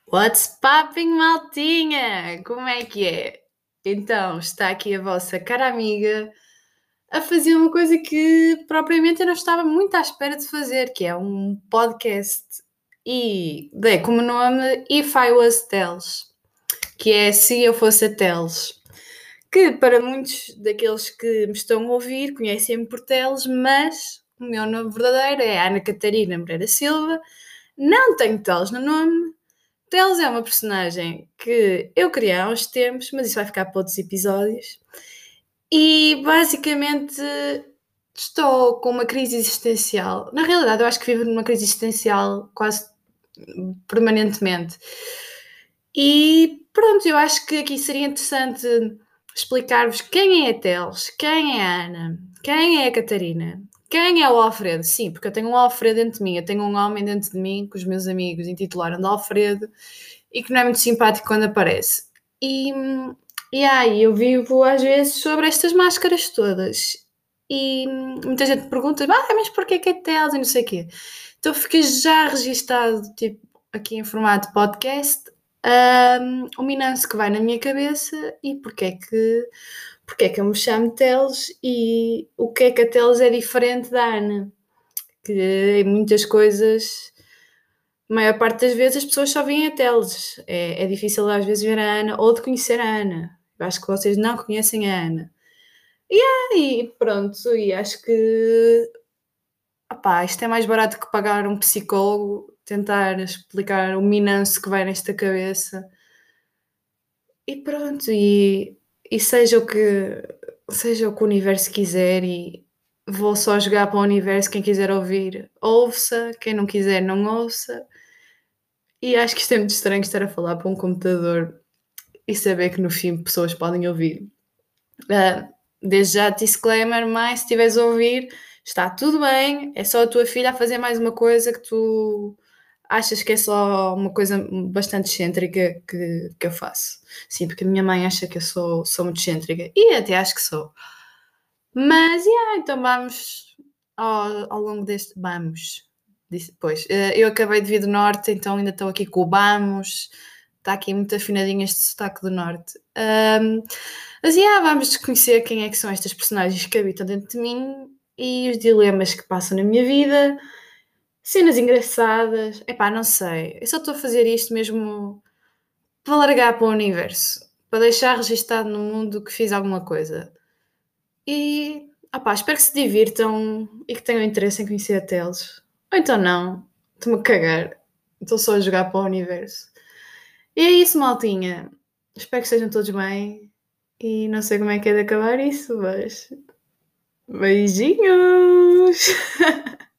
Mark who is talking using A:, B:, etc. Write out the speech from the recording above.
A: What's popping, maltinha? Como é que é? Então, está aqui a vossa cara amiga a fazer uma coisa que propriamente eu não estava muito à espera de fazer, que é um podcast. E dei como nome If I Was Teles, que é Se Eu Fosse a Teles. Que para muitos daqueles que me estão a ouvir conhecem-me por Teles, mas o meu nome verdadeiro é Ana Catarina Moreira Silva. Não tenho Teles no nome. Teles é uma personagem que eu criei há uns tempos, mas isso vai ficar para outros episódios. E basicamente estou com uma crise existencial. Na realidade, eu acho que vivo numa crise existencial quase permanentemente. E pronto, eu acho que aqui seria interessante explicar-vos quem é a Teles, quem é a Ana, quem é a Catarina, quem é o Alfredo. Sim, porque eu tenho um Alfredo dentro de mim, eu tenho um homem dentro de mim que os meus amigos intitularam de Alfredo e que não é muito simpático quando aparece. E, e aí eu vivo às vezes sobre estas máscaras todas. E muita gente me pergunta, mas porquê que é Teles e não sei o quê. Então fica já registado, tipo, aqui em formato podcast, o Minance que vai na minha cabeça e porque é que eu me chamo Teles e o que é que a Teles é diferente da Ana. Que em muitas coisas, a maior parte das vezes as pessoas só veem a Teles. É difícil às vezes ver a Ana ou de conhecer a Ana. Eu acho que vocês não conhecem a Ana. E pronto, e acho que isto é mais barato que pagar um psicólogo, tentar explicar o minance que vai nesta cabeça. E pronto, e seja o que o universo quiser e vou só jogar para o universo, quem quiser ouvir, ouça, quem não quiser, não ouça. E acho que isto é muito estranho estar a falar para um computador e saber que no fim pessoas podem ouvir. Ah, desde já, disclaimer, mas se estiveres a ouvir, está tudo bem, é só a tua filha a fazer mais uma coisa que tu achas que é só uma coisa bastante excêntrica que eu faço. Sim, porque a minha mãe acha que eu sou muito excêntrica e até acho que sou. Mas, então vamos ao longo deste. Vamos. Disse, pois, eu acabei de vir do Norte, então ainda estou aqui com o vamos. Está aqui muito afinadinho este sotaque do Norte. Mas, vamos conhecer quem é que são estas personagens que habitam dentro de mim e os dilemas que passam na minha vida. Cenas engraçadas. Epá, não sei. Eu só estou a fazer isto mesmo para largar para o universo. Para deixar registado no mundo que fiz alguma coisa. E, espero que se divirtam e que tenham interesse em conhecer a Teles. Ou então não. Estou-me a cagar. Estou só a jogar para o universo. E é isso, maltinha. Espero que estejam todos bem. E não sei como é que é de acabar isso, mas. Beijinhos!